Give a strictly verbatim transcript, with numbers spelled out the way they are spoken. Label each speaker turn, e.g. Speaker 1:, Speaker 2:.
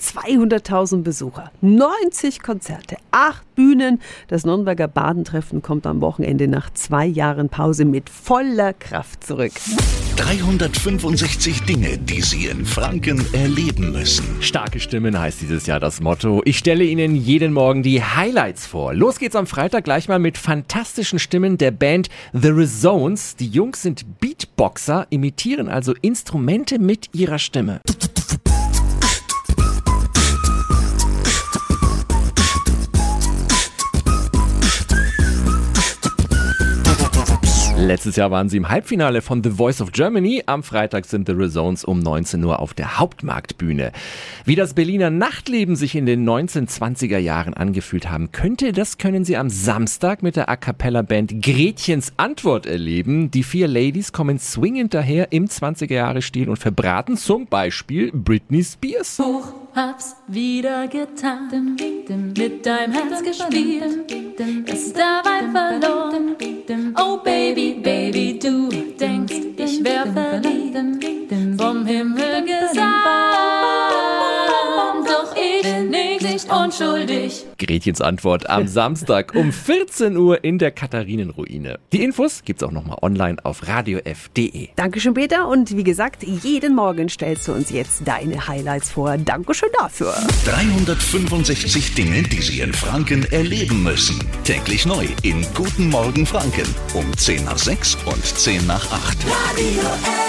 Speaker 1: zweihunderttausend Besucher, neunzig Konzerte, acht Bühnen. Das Nürnberger Badentreffen kommt am Wochenende nach zwei Jahren Pause mit voller Kraft zurück.
Speaker 2: dreihundertfünfundsechzig Dinge, die Sie in Franken erleben müssen.
Speaker 3: Starke Stimmen heißt dieses Jahr das Motto. Ich stelle Ihnen jeden Morgen die Highlights vor. Los geht's am Freitag gleich mal mit fantastischen Stimmen der Band The Rezones. Die Jungs sind Beatboxer, imitieren also Instrumente mit ihrer Stimme. Letztes Jahr waren sie im Halbfinale von The Voice of Germany. Am Freitag sind The Rezones um neunzehn Uhr auf der Hauptmarktbühne. Wie das Berliner Nachtleben sich in den neunzehnhundertzwanziger Jahren angefühlt haben könnte, das können Sie am Samstag mit der A-Cappella-Band Gretchens Antwort erleben. Die vier Ladies kommen swingend daher im zwanziger-Jahre-Stil und verbraten zum Beispiel Britney Spears.
Speaker 4: Hoch, hab's wieder getan, mit deinem Herz gespielt, ist dabei verloren. Oh Baby, Baby, du denkst, ich wär verliebt, vom Himmel gesandt, doch ich bin nicht unschuldig.
Speaker 3: Gretchens Antwort am Samstag um vierzehn Uhr in der Katharinenruine. Die Infos gibt's auch nochmal online auf radio f punkt de.
Speaker 1: Dankeschön, Peter. Und wie gesagt, jeden Morgen stellst du uns jetzt deine Highlights vor. Dankeschön dafür.
Speaker 2: dreihundertfünfundsechzig Dinge, die Sie in Franken erleben müssen. Täglich neu in Guten Morgen Franken um zehn nach sechs und zehn nach acht.
Speaker 4: Radio F.